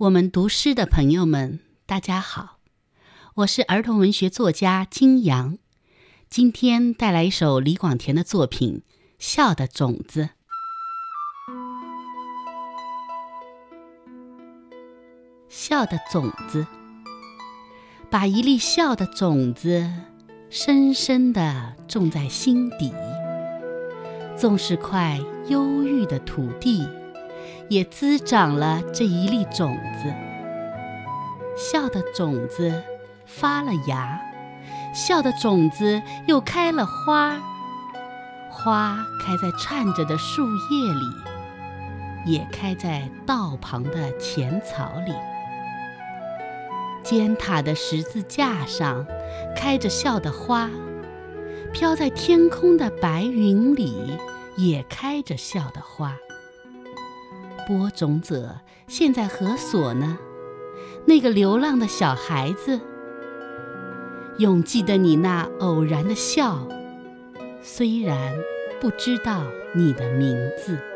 我们读诗的朋友们，大家好，我是儿童文学作家金阳，今天带来一首李广田的作品《笑的种子》。笑的种子，把一粒笑的种子深深地种在心底，纵是块忧郁的土地，也滋长了这一粒种子。笑的种子发了芽，笑的种子又开了花，花开在串着的树叶里，也开在道旁的浅草里。尖塔的十字架上开着笑的花，飘在天空的白云里也开着笑的花。播种者现在何所呢？那个流浪的小孩子，永记得你那偶然的笑，虽然不知道你的名字。